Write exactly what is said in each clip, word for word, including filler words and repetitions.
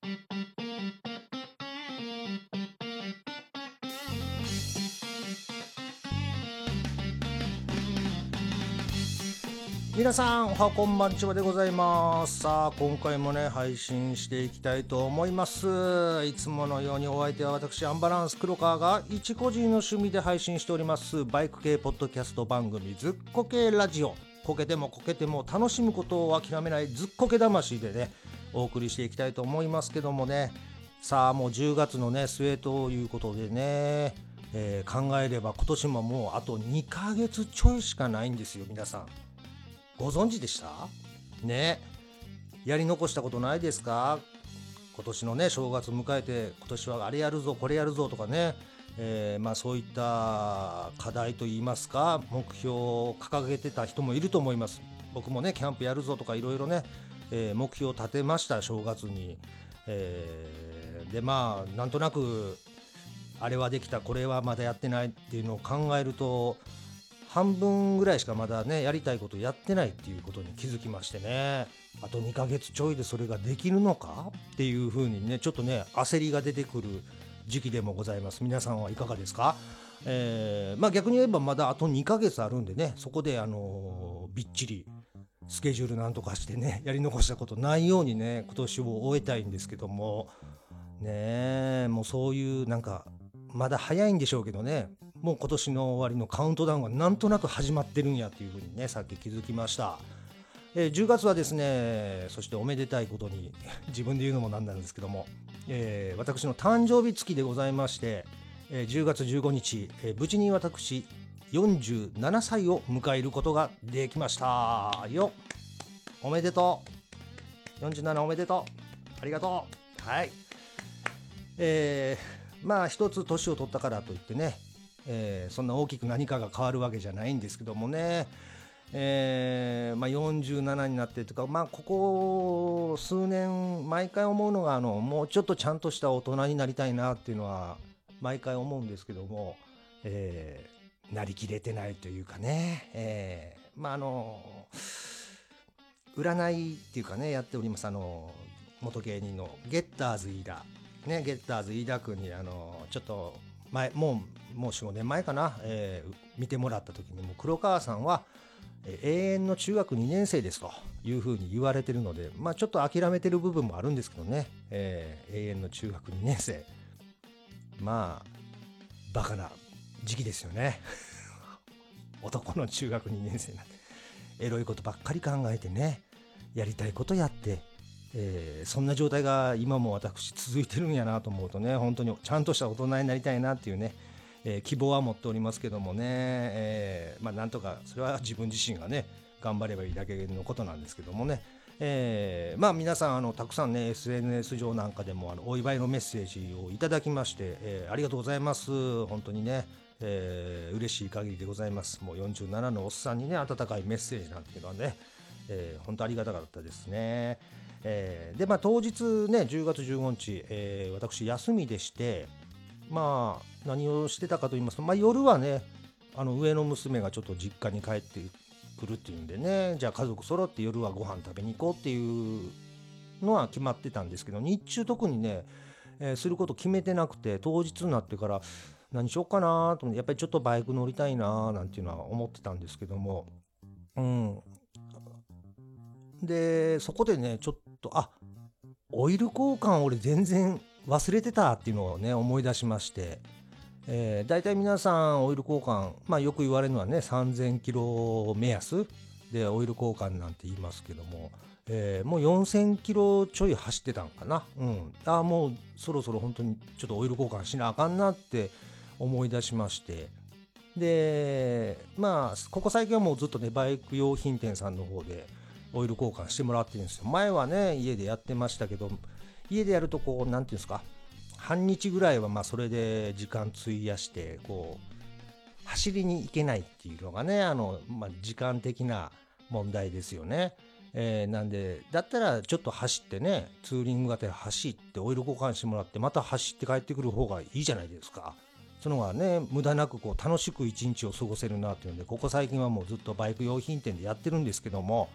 皆さんおはこんばんちはでございます。さあ今回もね配信していきたいと思います。いつものようにお相手は私アンバランス黒川が一個人の趣味で配信しておりますバイク系ポッドキャスト番組ずっこけラジオ。こけてもこけても楽しむことを諦めないずっこけ魂でねお送りしていきたいと思いますけどもね。さあもうじゅうがつのね末ということでね、えー、考えれば今年ももうあとにかげつちょいしかないんですよ。皆さんご存知でしたね。やり残したことないですか？今年のね正月迎えて今年はあれやるぞこれやるぞとかね、えー、まあそういった課題といいますか目標を掲げてた人もいると思います。僕もねキャンプやるぞとかいろいろね、えー、目標を立てました正月に、えー、でまあなんとなくあれはできたこれはまだやってないっていうのを考えると半分ぐらいしかまだねやりたいことやってないっていうことに気づきましてね。あとにかげつちょいでそれができるのかっていう風にねちょっとね焦りが出てくる時期でもございます。皆さんはいかがですか？えー、まあ逆に言えばまだあとにかげつあるんでねそこであのー、びっちりスケジュールなんとかしてねやり残したことないようにね今年を終えたいんですけどもね。もうそういうなんかまだ早いんでしょうけどねもう今年の終わりのカウントダウンがなんとなく始まってるんやっていう風にねさっき気づきました。えー、じゅうがつはですねそしておめでたいことに自分で言うのもなんなんですけども、えー、私の誕生日月でございまして、えー、じゅうがつじゅうごにち、えー、無事に私よんじゅうななさいを迎えることができましたよ。おめでとう。よんじゅうななおめでとう。ありがとう。はい。えー、まあ一つ年を取ったからといってねえー、そんな大きく何かが変わるわけじゃないんですけどもね、えーまあ、よんじゅうななになってとか、まあ、ここ数年毎回思うのがあのもうちょっとちゃんとした大人になりたいなっていうのは毎回思うんですけども、えー、なりきれてないというかね、えー、まああの占いっていうかねやっておりますあの元芸人のゲッターズ飯田ねゲッターズ飯田君にあのちょっと前もうもう よん,ご 年前かな、えー、見てもらった時にも黒川さんは、えー、永遠の中学にねん生ですというふうに言われてるので、まあ、ちょっと諦めてる部分もあるんですけどね、えー、永遠の中学にねん生まあバカな時期ですよね男の中学にねん生なんてエロいことばっかり考えてねやりたいことやってえー、そんな状態が今も私続いてるんやなと思うとね本当にちゃんとした大人になりたいなっていうね、えー、希望は持っておりますけどもね、えー、まあなんとかそれは自分自身がね頑張ればいいだけのことなんですけどもね、えー、まあ皆さんあのたくさんね エスエヌエス 上なんかでもあのお祝いのメッセージをいただきまして、えー、ありがとうございます本当にね、えー、嬉しい限りでございます。もうよんじゅうななのおっさんにね温かいメッセージなんていうのはね、えー、本当ありがたかったですね。えー、でまあ当日ねじゅうがつじゅうごにち、えー、私休みでしてまあ何をしてたかと言いますと、まあ、夜はねあの上の娘がちょっと実家に帰ってくるっていうんでねじゃあ家族揃って夜はご飯食べに行こうっていうのは決まってたんですけど日中特にね、えー、すること決めてなくて当日になってから何しようかなと思ってやっぱりちょっとバイク乗りたいななんていうのは思ってたんですけどもうんでそこでねちょっとあオイル交換俺全然忘れてたっていうのをね思い出しまして、えー、大体皆さんオイル交換まあよく言われるのはねさんぜんキロ目安でオイル交換なんて言いますけども、えー、もうよんせんキロちょい走ってたんかな。うんあもうそろそろ本当にちょっとオイル交換しなあかんなって思い出しましてでまあここ最近はもうずっとねバイク用品店さんの方でオイル交換してもらってるんですよ。前はね家でやってましたけど家でやるとこうなんていうんですか半日ぐらいはまあそれで時間費やしてこう走りに行けないっていうのがねあの、まあ、時間的な問題ですよね。えー、なんでだったらちょっと走ってねツーリング型で走ってオイル交換してもらってまた走って帰ってくる方がいいじゃないですか。その方がね無駄なくこう楽しく一日を過ごせるなっていうのでここ最近はもうずっとバイク用品店でやってるんですけども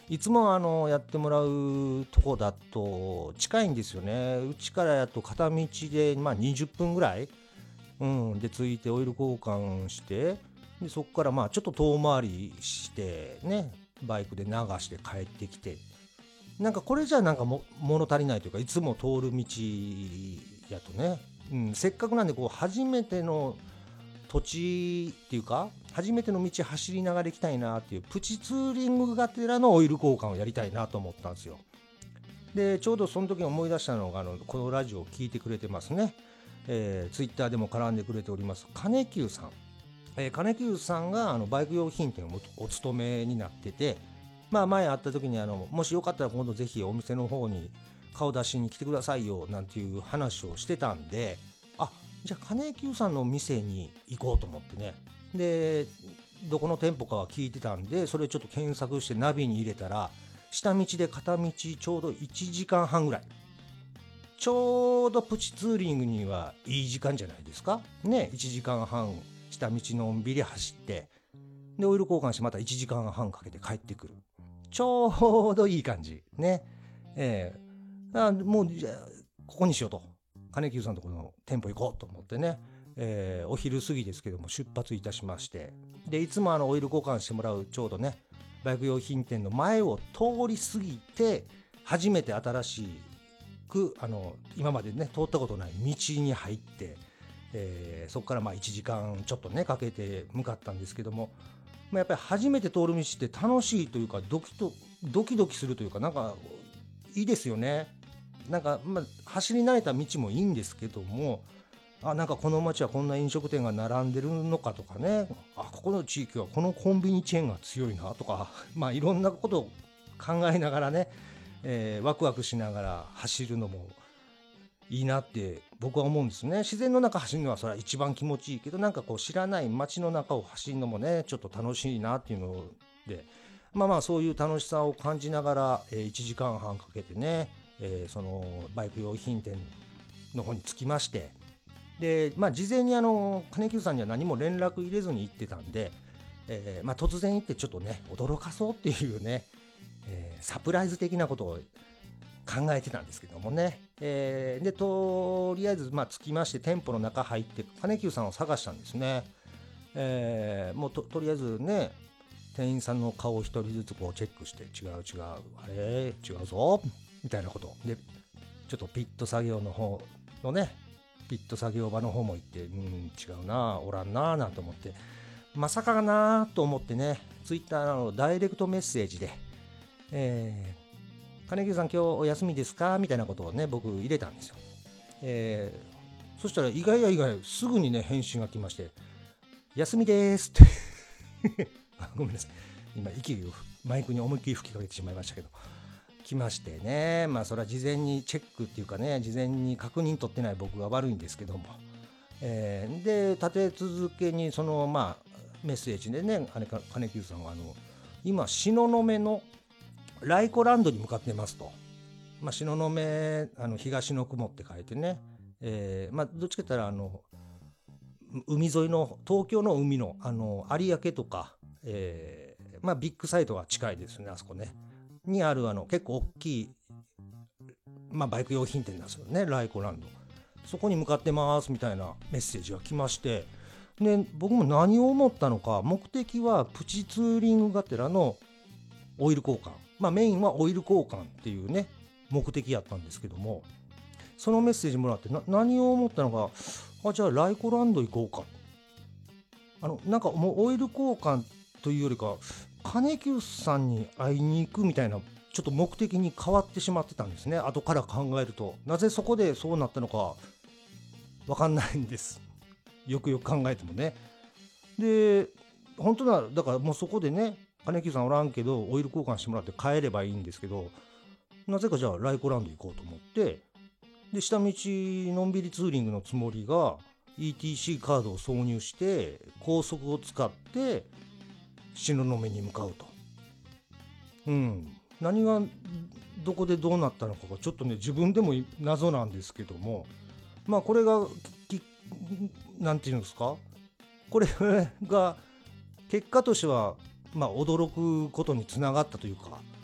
いつもあのやってもらうとこだと近いんですよね。うちからやと片道でまあにじゅっぷんぐらい、うん、で着いてオイル交換して、でそこからまあちょっと遠回りしてね、バイクで流して帰ってきて、なんかこれじゃなんかも物足りないというか、いつも通る道やとね、うん、せっかくなんでこう初めての土地っていうか初めての道走りながら行きたいなっていうプチツーリングがてらのオイル交換をやりたいなと思ったんですよ。でちょうどその時に思い出したのが、あのこのラジオを聞いてくれてますね、えー、ツイッターでも絡んでくれております金久さん、えー、金久さんがあのバイク用品店をお勤めになってて、まあ前会った時にあのもしよかったら今度ぜひお店の方に顔出しに来てくださいよなんていう話をしてたんで、あ、じゃあ金久さんの店に行こうと思ってね。でどこの店舗かは聞いてたんで、それちょっと検索してナビに入れたら、下道で片道ちょうどいちじかんはんぐらい、ちょうどプチツーリングにはいい時間じゃないですかね。いちじかんはん下道のんびり走って、でオイル交換してまたいちじかんはんかけて帰ってくる、ちょうどいい感じね。えー、あもうじゃあここにしようと、金久さんのところの店舗行こうと思ってね、えー、お昼過ぎですけども出発いたしまして、でいつもあのオイル交換してもらうちょうどねバイク用品店の前を通り過ぎて、初めて新しくあの今までね通ったことない道に入って、えー、そこからまあいちじかんちょっとねかけて向かったんですけども、まあ、やっぱり初めて通る道って楽しいというかドキとドキドキするというか、なんかいいですよね。なんか、まあ、走り慣れた道もいいんですけども、あ、なんかこの町はこんな飲食店が並んでるのかとかね、あ、ここの地域はこのコンビニチェーンが強いなとか、まあいろんなことを考えながらね、えー、ワクワクしながら走るのもいいなって僕は思うんですね。自然の中走るのはそれは一番気持ちいいけど、なんかこう知らない街の中を走るのもねちょっと楽しいなっていうので、まあまあそういう楽しさを感じながら、えー、いちじかんはんかけてね、えー、そのバイク用品店の方に着きまして、で、まあ、事前にあの金久さんには何も連絡入れずに行ってたんで、えーまあ、突然行ってちょっとね驚かそうっていうね、えー、サプライズ的なことを考えてたんですけどもね、えー、でとりあえずまあ着きまして、店舗の中入って金久さんを探したんですね。えー、もう と, とりあえずね店員さんの顔を一人ずつこうチェックして、違う違う、あれ違うぞみたいなことで、ちょっとピット作業の方のねピット作業場の方も行って、うん、違うな、おらんななんて思って、まさかかなと思ってね、ツイッターのダイレクトメッセージで、えー、金木さん今日お休みですかみたいなことをね僕入れたんですよ。えー、そしたら意外や意外すぐにね返信が来まして、休みですってごめんなさい、今息をマイクに思いっきり吹きかけてしまいましたけど、来ましてね、まあそれは事前にチェックっていうかね、事前に確認取ってない僕が悪いんですけども、えー、で立て続けにそのまあメッセージでね、金久さんはあの今東雲のライコランドに向かってますと、まあ、東雲あの東の雲って書いてね、えー、まあどっちかというとあの海沿いの東京の海のあの有明とか、えー、まあビッグサイトが近いですね、あそこねにあるあの結構大きい、まあ、バイク用品店なんですよね、ライコランド。そこに向かってますみたいなメッセージが来まして、で僕も何を思ったのか、目的はプチツーリングがてらのオイル交換、まあメインはオイル交換っていうね目的やったんですけども、そのメッセージもらってな何を思ったのか、あ、じゃあライコランド行こうか、あのなんかもうオイル交換というよりか金久さんに会いに行くみたいなちょっと目的に変わってしまってたんですね、後から考えると。なぜそこでそうなったのか分かんないんです、よくよく考えてもね。で本当ならだからもうそこでね、金久さんおらんけどオイル交換してもらって帰ればいいんですけど、なぜかじゃあライコランド行こうと思って、で下道のんびりツーリングのつもりが イーティーシー カードを挿入して高速を使って東雲に向かうと。うん、何がどこでどうなったのかがちょっとね自分でも謎なんですけども、まあこれがなんていうんですか、これが結果としてはまあ驚くことにつながったというか、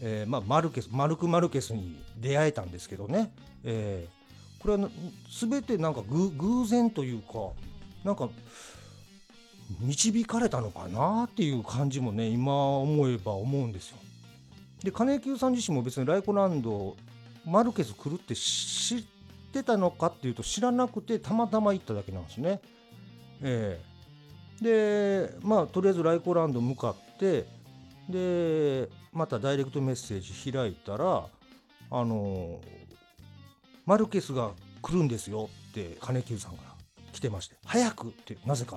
えーまあ、マルケスマルク・マルケスに出会えたんですけどね、えー、これは全てなんかぐ偶然というかなんか導かれたのかなっていう感じもね今思えば思うんですよ。で金久さん自身も別にライコランドマルケス来るって知ってたのかっていうと知らなくてたまたま行っただけなんですね。えー、でまあとりあえずライコランド向かってでまたダイレクトメッセージ開いたらあのマルケスが来るんですよって金久さんから来てまして早くってなぜか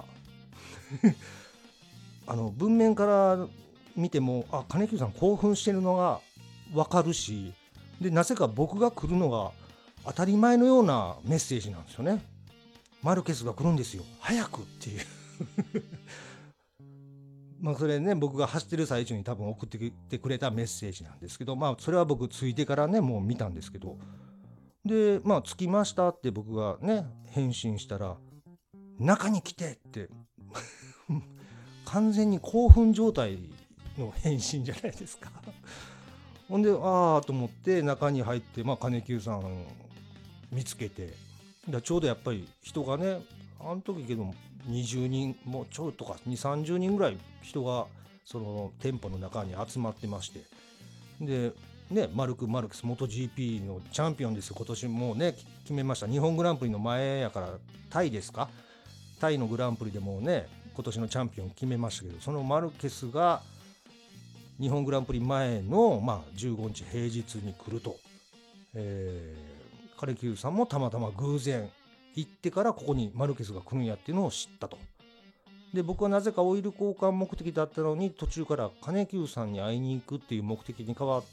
あの文面から見てもあ金久さん興奮してるのが分かるしでなぜか僕が来るのが当たり前のようなメッセージなんですよね。マルケスが来るんですよ早くっていうまあそれね僕が走ってる最中に多分送ってきてくれたメッセージなんですけどまあそれは僕着いてからねもう見たんですけどでまあ着きましたって僕がね返信したら中に来てって完全に興奮状態の返信じゃないですかほんでああと思って中に入ってまあ金久さん見つけてだちょうどやっぱり人がねあの時けどにじゅうにんもうちょいとかにじゅうさんじゅうにんぐらい人がその店舗の中に集まってましてでねマルク・マルクス元 ジーピー のチャンピオンですよ今年もうね決めました日本グランプリの前やからタイですかタイのグランプリでもね今年のチャンピオン決めましたけどそのマルケスが日本グランプリ前の、まあ、じゅうごにち平日に来ると、えー、金久さんもたまたま偶然行ってからここにマルケスが来るんやっていうのを知ったと。で僕はなぜかオイル交換目的だったのに途中から金久さんに会いに行くっていう目的に変わって、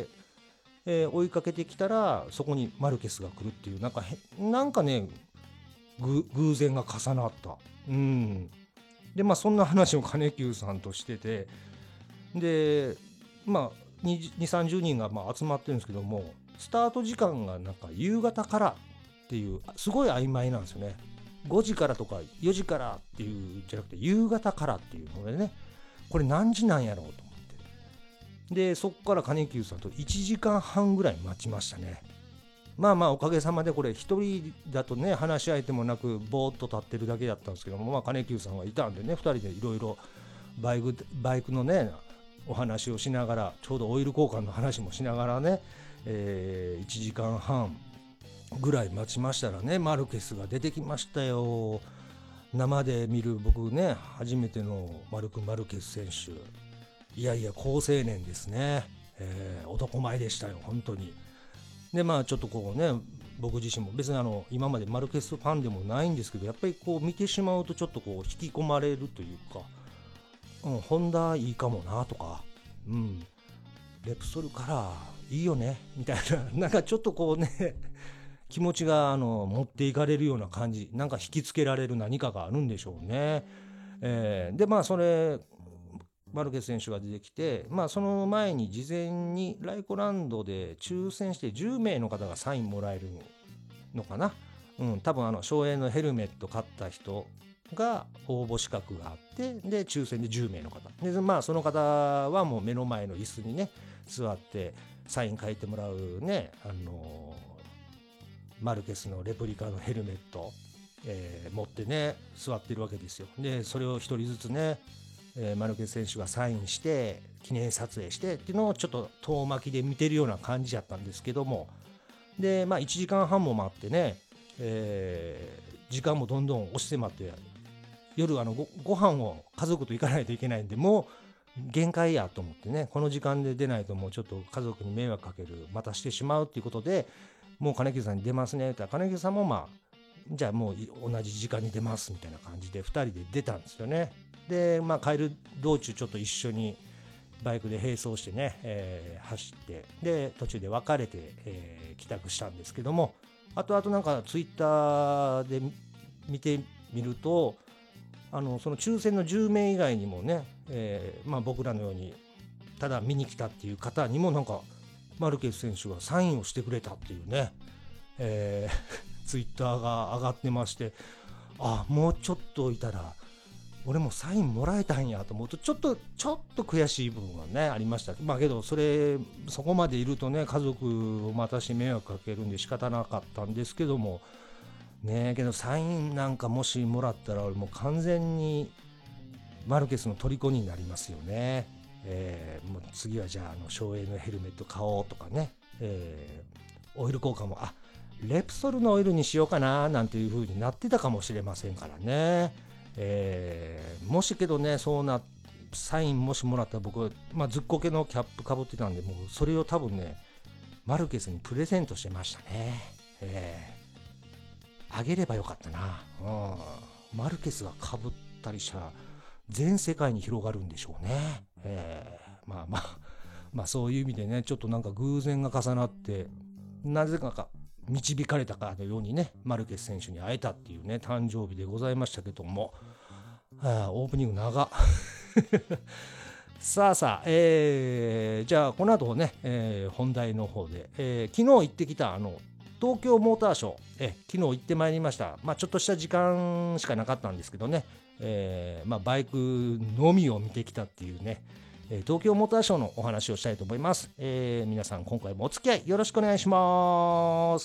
えー、追いかけてきたらそこにマルケスが来るっていうなんかへなんかねぐ偶然が重なった。うんでまあそんな話を金久さんとしててでまあにじゅう、さんじゅうにんがまあ集まってるんですけどもスタート時間がなんか夕方からっていうすごい曖昧なんですよね。ごじからとかよじからっていうじゃなくて夕方からっていうのでねこれ何時なんやろうと思ってでそこから金久さんといちじかんはんぐらい待ちましたね。まあまあおかげさまでこれ一人だとね話し相手もなくぼーっと立ってるだけだったんですけどもまあ金久さんはいたんでねふたりでいろいろバイクバイクのねお話をしながらちょうどオイル交換の話もしながらね、えー、いちじかんはんぐらい待ちましたらねマルケスが出てきましたよ。生で見る僕ね初めてのマルク・マルケス選手いやいや好青年ですね、えー、男前でしたよ本当に。でまあちょっとこうね僕自身も別にあの今までマルケスファンでもないんですけどやっぱりこう見てしまうとちょっとこう引き込まれるというか、うん、ホンダいいかもなとか、うん、レプソルカラーいいよねみたいななんかちょっとこうね気持ちがあの持っていかれるような感じなんか引きつけられる何かがあるんでしょうね、えー、でまあそれマルケス選手が出てきてまあその前に事前にライコランドで抽選してじゅうめいの方がサインもらえるのかな、うん、多分あの省エネのヘルメット買った人が応募資格があってで抽選でじゅうめいの方でまあその方はもう目の前の椅子にね座ってサイン書いてもらうねあのーマルケスのレプリカのヘルメット、えー、持ってね座ってるわけですよ。でそれを一人ずつね、えー、マルケス選手がサインして記念撮影してっていうのをちょっと遠巻きで見てるような感じだったんですけどもでまあいちじかんはんも待ってね、えー、時間もどんどん押し迫って夜あの ご, ご飯を家族と行かないといけないんでもう限界やと思ってねこの時間で出ないともうちょっと家族に迷惑かけるまたしてしまうっていうことでもう金木さんに出ますねって金木さんもまあじゃあもう同じ時間に出ますみたいな感じでふたりで出たんですよね。でまあ帰る道中ちょっと一緒にバイクで並走してね、えー、走ってで途中で別れて、えー、帰宅したんですけども後々なんかツイッターで見てみるとあのその抽選のじゅうめい以外にもね、えーまあ、僕らのようにただ見に来たっていう方にもなんかマルケス選手がサインをしてくれたっていうね、えー、ツイッターが上がってましてあもうちょっといたら俺もサインもらえたんやと思うとちょっとちょっと悔しい部分はねありました。まあけどそれそこまでいるとね家族を待たし迷惑かけるんで仕方なかったんですけどもね。けどサインなんかもしもらったら俺もう完全にマルケスの虜になりますよね。えー、もう次はじゃああの省エネのヘルメット買おうとかね、えー、オイル交換もあレプソルのオイルにしようかななんていう風になってたかもしれませんからね。えー、もしけどねそうなサインもしもらったら僕、まあ、ずっこけのキャップかぶってたんでもうそれを多分ねマルケスにプレゼントしてましたね。えー、あげればよかったな、うん、マルケスがかぶったりしたら全世界に広がるんでしょうね。えー、まあまあまあそういう意味でねちょっとなんか偶然が重なってなぜかか導かれたかのようにねマルケス選手に会えたっていうね誕生日でございましたけども、はあ、オープニング長さあさあ、えー、じゃあこの後ね、えー、本題の方で、えー、昨日行ってきたあの東京モーターショー、えー、昨日行ってまいりました。まあちょっとした時間しかなかったんですけどね、えーまあ、バイクのみを見てきたっていうね東京モーターショーのお話をしたいと思います。えー、皆さん今回もお付き合いよろしくお願いします。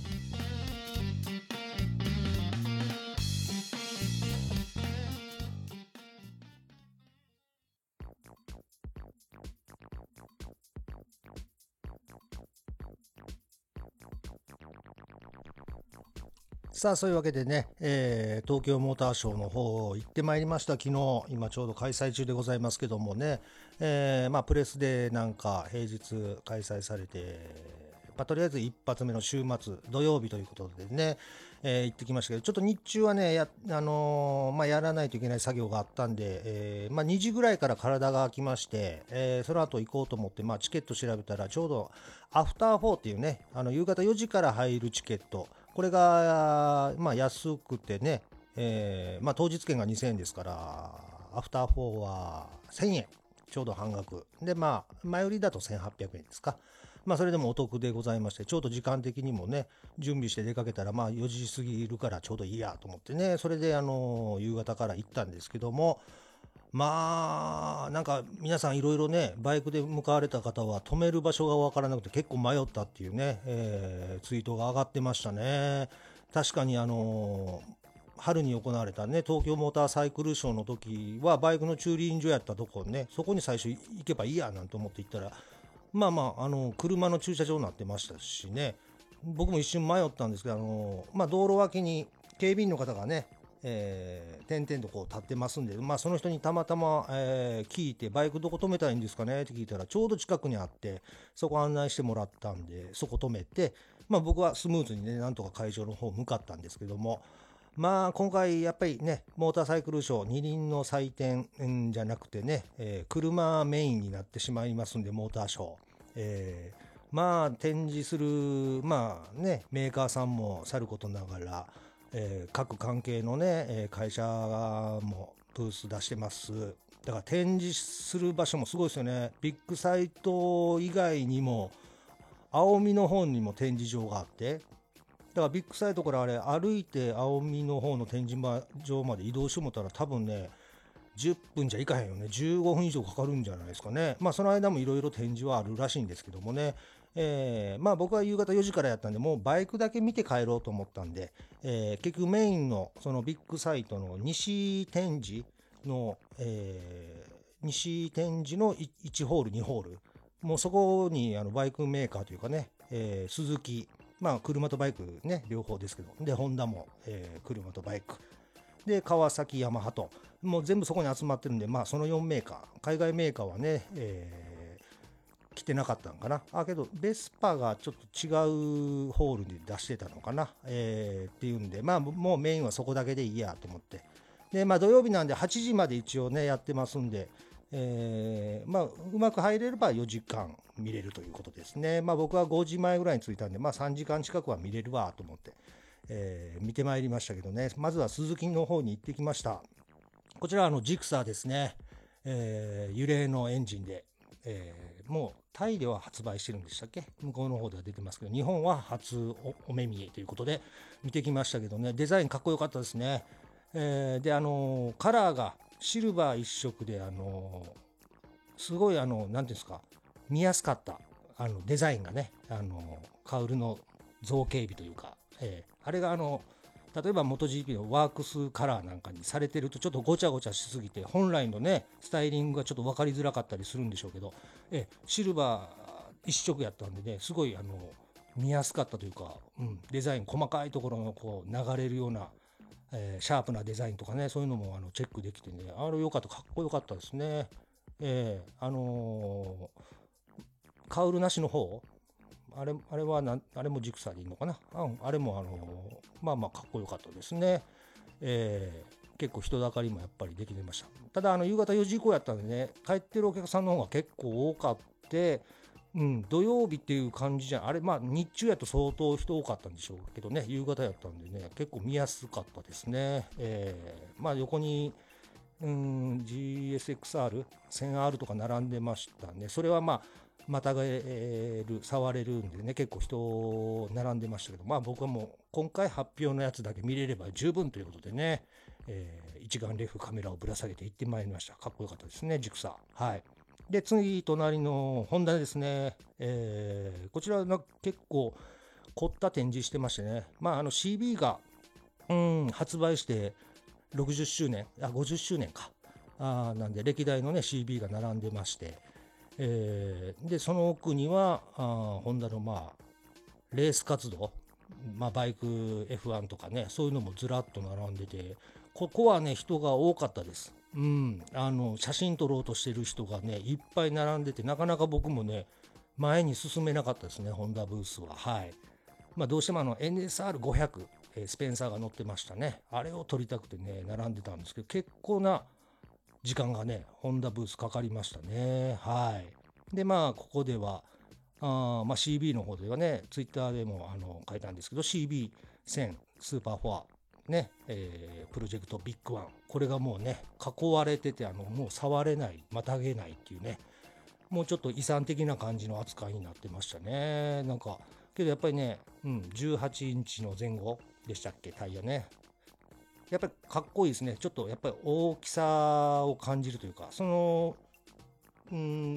さあそういうわけでね、えー、東京モーターショーの方行ってまいりました。昨日今ちょうど開催中でございますけどもね、えー、まあプレスでなんか平日開催されて、まあ、とりあえず一発目の週末土曜日ということでね、えー、行ってきましたけどちょっと日中はね や,、あのーまあ、やらないといけない作業があったんで、えーまあ、にじぐらいから体が空きまして、えー、その後行こうと思って、まあ、チケット調べたらちょうどアフターフォーっていうねあの夕方よじから入るチケットこれが、まあ、安くてね、えーまあ、当日券がにせんえんですからアフターフォーはせんえんちょうど半額で、まあ前売りだとせんはっぴゃくえんですか。まあそれでもお得でございましてちょうど時間的にもね準備して出かけたらまあよじ過ぎるからちょうどいいやと思ってねそれであの夕方から行ったんですけどもまあなんか皆さんいろいろねバイクで向かわれた方は止める場所が分からなくて結構迷ったっていうね、えーツイートが上がってましたね。確かにあの春に行われたね東京モーターサイクルショーの時はバイクの駐輪場やったとこねそこに最初行けばいいやなんて思って行ったらまあまああの車の駐車場になってましたしね僕も一瞬迷ったんですけどあの、まあ、道路脇に警備員の方がねえー、点々とこう立ってますんで、まあ、その人にたまたま、えー聞いてバイクどこ止めたらいいんですかねって聞いたらちょうど近くにあってそこ案内してもらったんでそこ止めて、まあ、僕はスムーズにねなんとか会場の方向かったんですけどもまあ今回やっぱりねモーターサイクルショー二輪の祭典んじゃなくてね、えー車メインになってしまいますんでモーターショー、えーまあ展示するまあねメーカーさんもさることながらえー各関係のね、えー会社もブース出してます。だから展示する場所もすごいですよね。ビッグサイト以外にも青海の方にも展示場があってだからビッグサイトからあれ歩いて青海の方の展示場まで移動してもたら多分ねじゅっぷんじゃいかへんよねじゅうごふん以上かかるんじゃないですかね。まあその間もいろいろ展示はあるらしいんですけどもね、えーまあ僕は夕方よじからやったんでもうバイクだけ見て帰ろうと思ったんで、えー結局メインのそのビッグサイトの西展示の、えー西展示のいちホールにホールもうそこにあのバイクメーカーというかね、えー、スズキまあ車とバイクね両方ですけどでホンダも、えー車とバイクで川崎ヤマハともう全部そこに集まってるんでまあそのよんメーカー海外メーカーはね、えー来てなかったんかなあけどベスパがちょっと違うホールに出してたのかな、えーっていうんでまあもうメインはそこだけでいいやと思ってでまあ土曜日なんではちじまで一応ねやってますんでえーまあ、うまく入れればよじかん見れるということですね。まあ僕はごじまえぐらいに着いたんで、まあさんじかん近くは見れるわと思って、えー見てまいりましたけどね。まずは鈴木の方に行ってきました。こちらはあのジクサーですね。えー、油冷のエンジンで、えーもうタイでは発売してるんでしたっけ向こうの方では出てますけど、日本は初おお目見えということで見てきましたけどね、デザインかっこよかったですね。 えーであのカラーがシルバー一色で、あのすごい、あのなんていうんですか、見やすかった、あのデザインがね、あのカウルの造形美というか、えーあれがあの例えば MotoGP のワークスカラーなんかにされてるとちょっとごちゃごちゃしすぎて本来のねスタイリングがちょっと分かりづらかったりするんでしょうけど、えシルバー一色やったんでね、すごいあの見やすかったというか、うん、デザイン細かいところのこう流れるような、えーシャープなデザインとかね、そういうのもあのチェックできてね、あれ良かった、かっこよかったですね。えー、あのーカウルなしの方、あれあれはなんあれもジクサーでいいのかな、うん、あれもあのーまあまあかっこよかったですね。えー結構人だかりもやっぱりできてました。ただあの夕方よじ以降やったんでね、帰ってるお客さんの方が結構多かって、うん、土曜日っていう感じじゃん、あれ、まあ日中やと相当人多かったんでしょうけどね、夕方やったんでね、結構見やすかったですね。えーまあ横にうん ジーエスエックスアール、せんアール とか並んでましたね。それはまあまたがえる、触れるんでね、結構人並んでましたけど、まあ僕はもう今回発表のやつだけ見れれば十分ということでね、えー一眼レフカメラをぶら下げて行ってまいりました。かっこよかったですね、ジクサー。はい。で、次、隣のホンダですね。えーこちらは結構凝った展示してましてね、まああの シービー が、うん、発売してろくじゅっしゅうねん、あ、ごじゅっしゅうねんか。あなんで歴代のね シービー が並んでまして、えーでその奥にはあホンダのまあレース活動、まあ、バイク エフワン とかね、そういうのもずらっと並んでて、ここはね人が多かったです。うん、あの写真撮ろうとしてる人がねいっぱい並んでて、なかなか僕もね前に進めなかったですね、ホンダブースは。はい。まあ、どうしてもあの エヌエスアールごひゃく、えースペンサーが乗ってましたね。あれを撮りたくてね並んでたんですけど、結構な時間がねホンダブースかかりましたね。はい。でまあここではあまあ シービー の方ではね、ツイッターでもあの書いたんですけど、 シービーせん スーパーフォアね、えープロジェクトビッグワン、これがもうね囲われてて、あのもう触れない、またげないっていうね、もうちょっと遺産的な感じの扱いになってましたね。なんかけどやっぱりね、うん、じゅうはちインチの前後でしたっけ、タイヤね。やっぱりかっこいいですね。ちょっとやっぱり大きさを感じるというか、その、うん、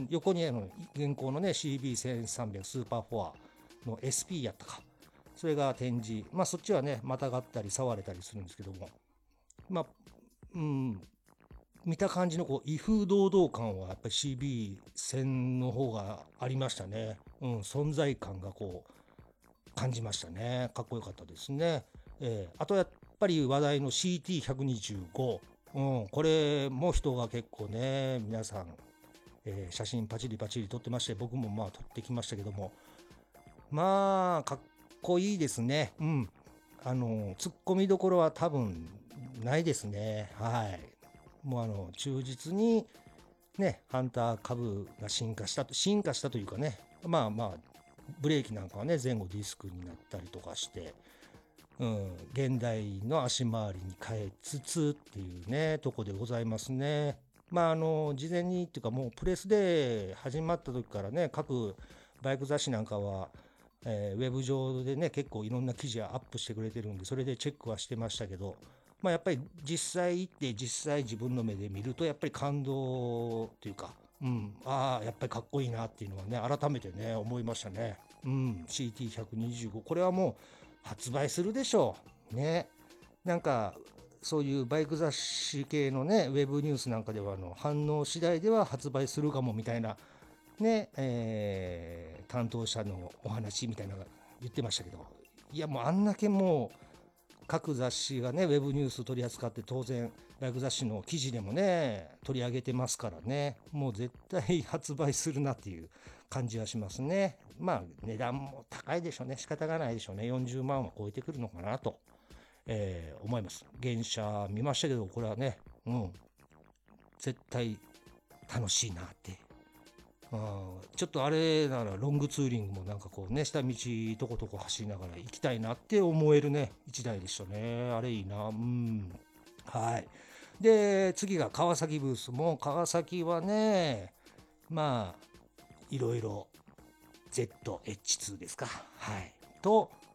横にあの現行のね シービーせんさんびゃく スーパーフォアの エスピー やったか。それが展示。まあそっちはね、またがったり触れたりするんですけども。まあ、うん、見た感じのこう威風堂々感はやっぱり シービーせん の方がありましたね。うん、存在感がこう感じましたね。かっこよかったですね。えーあとやっぱり話題の シーティーひゃくにじゅうご、うん、これも人が結構ね、皆さん、えー写真パチリパチリ撮ってまして、僕もまあ撮ってきましたけども、まあかっこいいですね。うん、あの突っ込みどころは多分ないですね。はい。もうあの忠実にね、ハンター株が進化したと、進化したというかね、まあまあ、ブレーキなんかはね、前後ディスクになったりとかして、うん、現代の足回りに変えつつっていうね、とこでございますね。まあ、あの、事前にっていうか、もうプレスで始まった時からね、各バイク雑誌なんかは、えーウェブ上でね、結構いろんな記事アップしてくれてるんで、それでチェックはしてましたけど、まあ、やっぱり実際行って実際自分の目で見るとやっぱり感動っていうか、うん、ああやっぱりかっこいいなっていうのはね改めてね思いましたね。うん、シーティーひゃくにじゅうご、これはもう発売するでしょうね。なんかそういうバイク雑誌系のねウェブニュースなんかではあの反応次第では発売するかもみたいなね、えー担当者のお話みたいなのが言ってましたけど、いやもうあんだけもう各雑誌がねウェブニュース取り扱って、当然バイク雑誌の記事でもね取り上げてますからね、もう絶対発売するなっていう感じはしますね。まあ値段も高いでしょうね、仕方がないでしょうね。よんじゅうまんは超えてくるのかなと、えー思います。原車見ましたけど、これはね、うん、絶対楽しいなって、うん、ちょっとあれならロングツーリングもなんかこうね下道とことこ走りながら行きたいなって思えるね一台でしたね。あれいいな。うん。はい。で次が川崎ブース。も川崎はねまあいろいろ ゼットエイチツー ですか、はい、と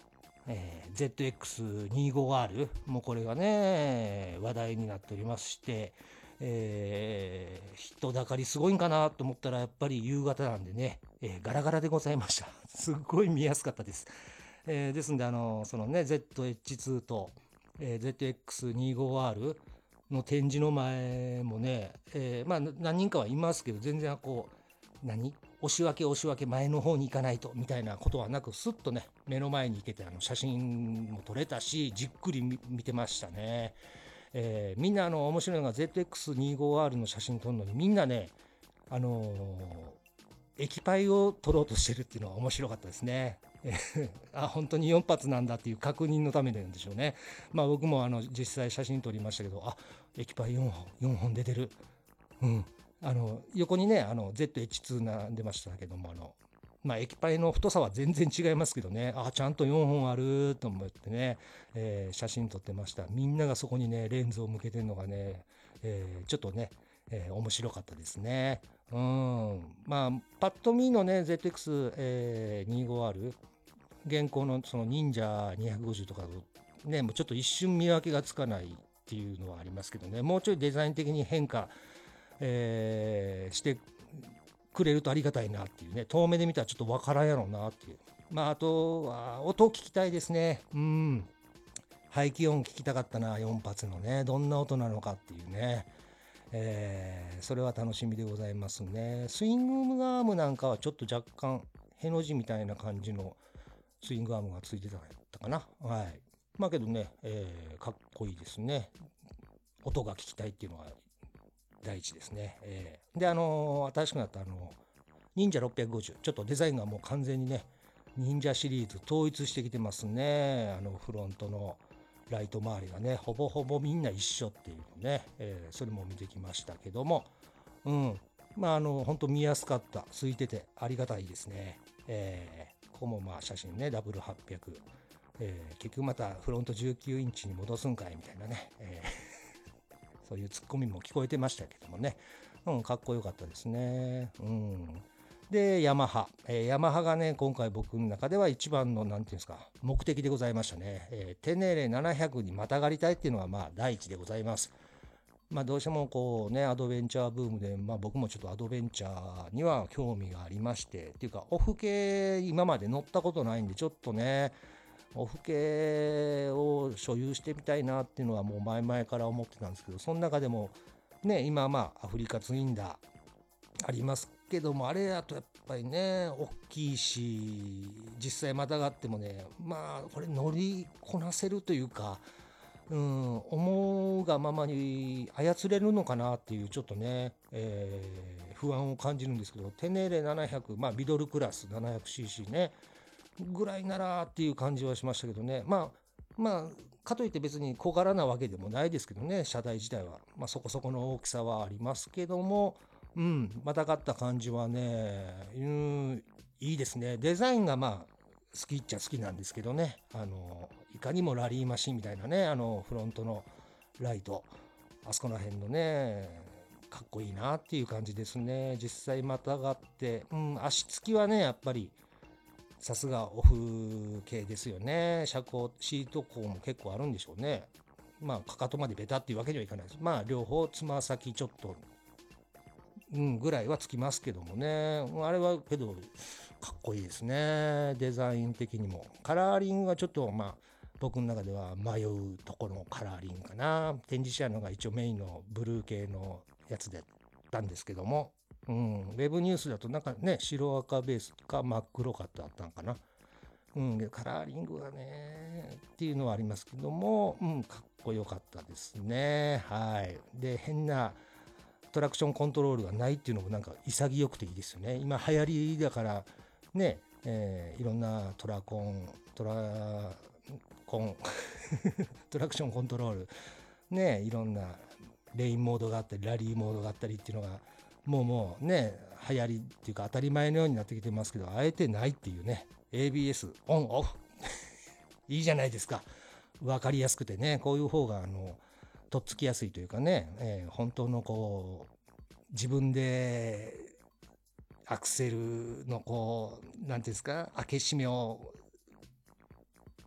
えー、ゼットエックスにじゅうごアール もうこれがね話題になっておりまして、えー、人だかりすごいんかなと思ったらやっぱり夕方なんでね、えー、ガラガラでございました。すっごい見やすかったです。えー、ですんであのそのね ゼットエイチツー と、えー、ゼットエックスにじゅうごアール の展示の前もね、えー、まあ何人かはいますけど全然こう何押し分け押し分け前の方に行かないとみたいなことはなくスッとね目の前に行けてあの写真も撮れたしじっくり見てましたね。えー、みんなあの面白いのが ゼットエックスにじゅうごアール の写真撮るのにみんなねあのー、液パイを撮ろうとしてるっていうのは面白かったですね。あ本当によん発なんだっていう確認のためなんでしょうね。まあ僕もあの実際写真撮りましたけどあ液パイよんほんよんほん出てる。うんあの横にねあの ゼットエイチツー 並んでましたけどもあのまあ液パイの太さは全然違いますけどねあちゃんとよんほんあると思ってね、えー、写真撮ってました。みんながそこにねレンズを向けてるのがね、えー、ちょっとね、えー、面白かったですね。うんまあパッと見のね ゼットエックスにじゅうごアール 現行のその忍者にひゃくごじゅうとかねもうちょっと一瞬見分けがつかないっていうのはありますけどねもうちょいデザイン的に変化えー、してくれるとありがたいなっていうね遠目で見たらちょっとわからんやろうなっていうまああとは音聞きたいですね。うん排気音聞きたかったなよん発のねどんな音なのかっていうね、えー、それは楽しみでございますね。スイングアームなんかはちょっと若干への字みたいな感じのスイングアームがついてたかな。はいまあけどね、えー、かっこいいですね。音が聞きたいっていうのは第一ですね。えー、であのー、新しくなったあの忍者ろっぴゃくごじゅうちょっとデザインがもう完全にね忍者シリーズ統一してきてますね。あのフロントのライト周りがねほぼほぼみんな一緒っていうのね、えー、それも見てきましたけどもうんまああの本当見やすかった空いててありがたいですね。えー、ここもまあ写真ねダブルはっぴゃく、えー、結局またフロントじゅうきゅうインチに戻すんかいみたいなね、えーそういうツッコミも聞こえてましたけどもね、うん、かっこよかったですね。うん、でヤマハ、えー、ヤマハがね今回僕の中では一番のなんていうんですか目的でございましたね。えー、テネレななひゃくにまたがりたいっていうのがまあ第一でございます。まあどうしてもこうねアドベンチャーブームで、まあ、僕もちょっとアドベンチャーには興味がありましてっていうかオフ系今まで乗ったことないんでちょっとねオフ系を所有してみたいなっていうのはもう前々から思ってたんですけどその中でもね今まあアフリカツインダーありますけどもあれだとやっぱりね大きいし実際またがってもねまあこれ乗りこなせるというかうん思うがままに操れるのかなっていうちょっとね、えー、不安を感じるんですけどテネレななひゃくまあミドルクラス ななひゃくシーシー ねぐらいならっていう感じはしましたけどねまあまあかといって別に小柄なわけでもないですけどね車体自体は、まあ、そこそこの大きさはありますけどもうんまたがった感じはねうんいいですね。デザインがまあ好きっちゃ好きなんですけどねあのいかにもラリーマシンみたいなねあのフロントのライトあそこら辺のねかっこいいなっていう感じですね。実際またがって、うん、足つきはねやっぱりさすがオフ系ですよね。車高シート高も結構あるんでしょうね。まあかかとまでベタっていうわけにはいかないです。まあ両方つま先ちょっと、うん、ぐらいはつきますけどもねあれはけどかっこいいですね。デザイン的にもカラーリングはちょっとまあ僕の中では迷うところのカラーリングかな。展示車のが一応メインのブルー系のやつだったんですけどもうん、ウェブニュースだとなんかね白赤ベースか真っ黒かってあったんかな、うん、カラーリングがねっていうのはありますけども、うん、かっこよかったですね。はいで変なトラクションコントロールがないっていうのもなんか潔くていいですよね。今流行りだからね、えー、いろんなトラコントラコントラクションコントロールねいろんなレインモードがあったりラリーモードがあったりっていうのがもうもうね流行りっていうか当たり前のようになってきてますけどあえてないっていうね エービーエス オンオフいいじゃないですか。分かりやすくてねこういう方があのとっつきやすいというかね、えー、本当のこう自分でアクセルのこう何ていうんですか開け閉めを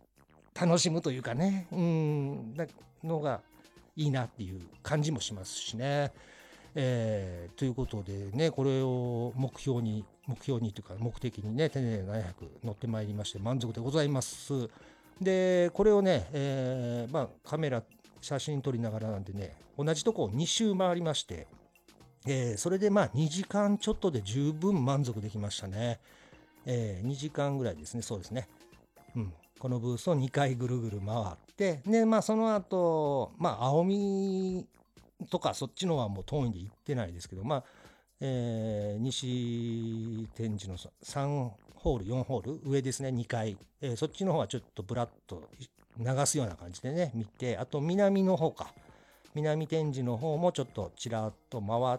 楽しむというかね、うんなのがいいなっていう感じもしますしね。えーということでね、これを目標に目標にというか目的にね、丁寧ななひゃく乗ってまいりまして満足でございます。でこれをね、えーまあ、カメラ写真撮りながらなんでね、同じとこをに周回りまして、えーそれでまあにじかんちょっとで十分満足できましたね。えーにじかんぐらいですね。そうですね。うん、このブースをにかいぐるぐる回って、でまあその後、まあ青みとかそっちのはもう遠いんで行ってないですけど、まあ、えー西展示のさんホールよんホール上ですね、にかい、えーそっちの方はちょっとブラッと流すような感じでね見て、あと南の方か、南展示の方もちょっとちらっと回って、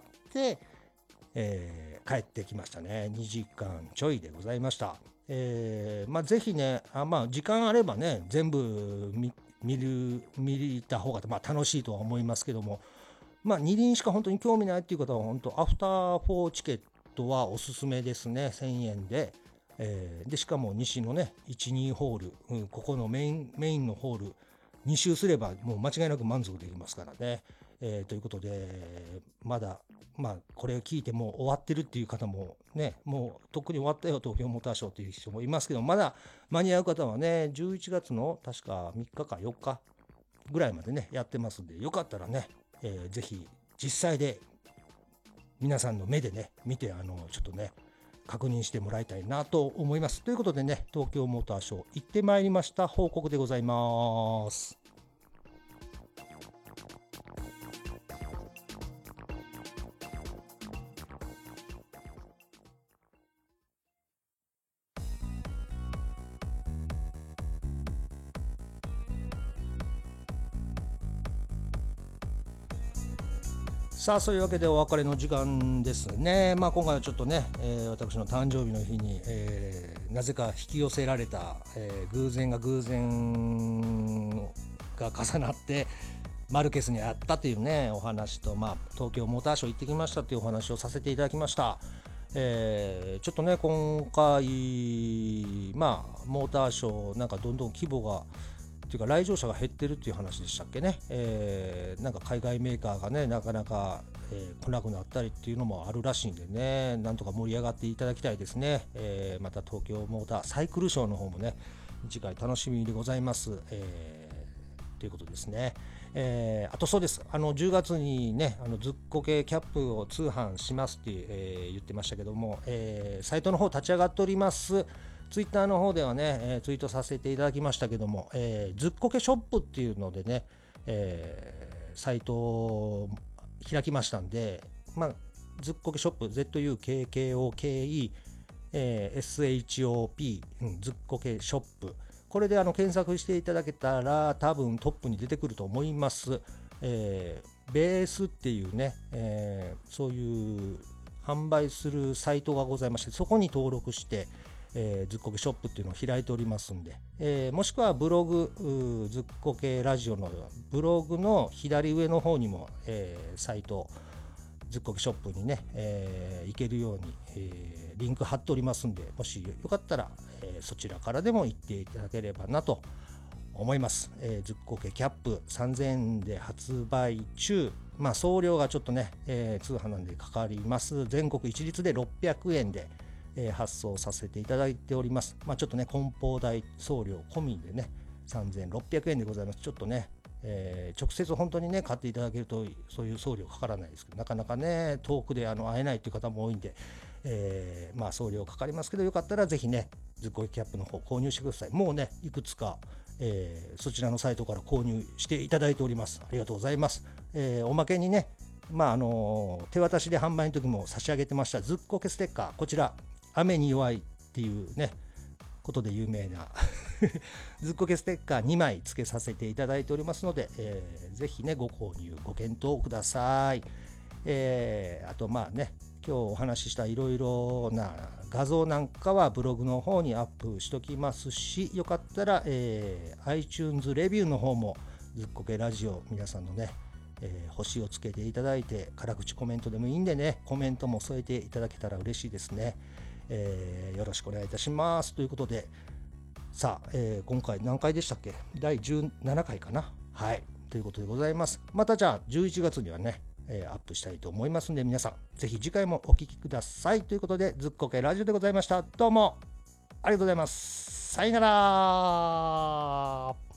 えー帰ってきましたね。にじかんちょいでございました。えーまあ、ぜひね、あまあ、時間あればね、全部 見, 見る見た方が、まあ、楽しいとは思いますけども、まあ、二輪しか本当に興味ないっていう方は、本当、アフターフォーチケットはおすすめですね。せんえんで。えーで、しかも西のね、いち、にホール、うん、ここのメイン、メインのホール、に周すればもう間違いなく満足できますからね。えーということで、まだ、まあ、これを聞いてもう終わってるっていう方もね、もうとっくに終わったよ、東京モーターショーっていう人もいますけど、まだ間に合う方はね、じゅういちがつの確かみっかかよっかぐらいまでね、やってますんで、よかったらね、えーぜひ実際で皆さんの目でね、見て、あの、ちょっとね、確認してもらいたいなと思います。ということでね、東京モーターショー行ってまいりました報告でございます。さあ、そういうわけでお別れの時間ですね。まあ今回はちょっとね、えー私の誕生日の日に、えーなぜか引き寄せられた、えー偶然が偶然が重なってマルケスにあったというねお話と、まあ、東京モーターショー行ってきましたというお話をさせていただきました。えーちょっとね今回まあモーターショーなんかどんどん規模がっていうか来場者が減ってるっていう話でしたっけね。えーなんか海外メーカーがねなかなか、えー来なくなったりっていうのもあるらしいんでね、なんとか盛り上がっていただきたいですね。えーまた東京モーターサイクルショーの方もね次回楽しみでございます。えーということですね。えーあとそうです、あのじゅうがつにねあのずっこけキャップを通販しますって、えー言ってましたけども、えーサイトの方立ち上がっております。ツイッターの方ではね、えーツイートさせていただきましたけども、えーずっこけショップっていうのでね、えーサイトを開きましたんで、まあ、ずっこけショップ ゼットユーケーケーオーケーイー、えーエスエイチオーピー、うん、ずっこけショップ、これであの検索していただけたら多分トップに出てくると思います。えーベースっていうね、えーそういう販売するサイトがございまして、そこに登録して、えーずっこけショップっていうのを開いておりますんで、えーもしくはブログうーずっこけラジオのブログの左上の方にも、えーサイトずっこけショップにね、えー行けるように、えーリンク貼っておりますんで、もしよかったら、えーそちらからでも行っていただければなと思います。えーずっこけキャップさんぜんえんで発売中。まあ送料がちょっとね、えー通販なんでかかります。全国一律でろっぴゃくえんで、えー発送させていただいております。まあちょっとね、梱包代送料込みでね、さんぜんろっぴゃくえんでございます。ちょっとね、えー直接本当にね買っていただけるとそういう送料かからないですけど、なかなかね遠くであの会えないという方も多いんで、えーまあ送料かかりますけど、よかったらぜひねずっこけキャップの方購入してください。もうねいくつか、えーそちらのサイトから購入していただいております。ありがとうございます。えーおまけにね、まああの手渡しで販売の時も差し上げてましたずっこけステッカー、こちら雨に弱いっていうねことで有名なずっこけステッカーにまい付けさせていただいておりますので、えーぜひねご購入ご検討ください。えーあとまあね今日お話ししたいろいろな画像なんかはブログの方にアップしときますし、よかったら、えー iTunes レビューの方もずっこけラジオ皆さんのね、えー星をつけていただいて、辛口コメントでもいいんでねコメントも添えていただけたら嬉しいですね。えーよろしくお願いいたします。ということでさあ、えー今回何回でしたっけ？だいじゅうななかいかな。はい。ということでございます。またじゃあじゅういちがつにはね、えーアップしたいと思いますんで、皆さんぜひ次回もお聞きください。ということで、ずっこけラジオでございました。どうもありがとうございます。さよなら。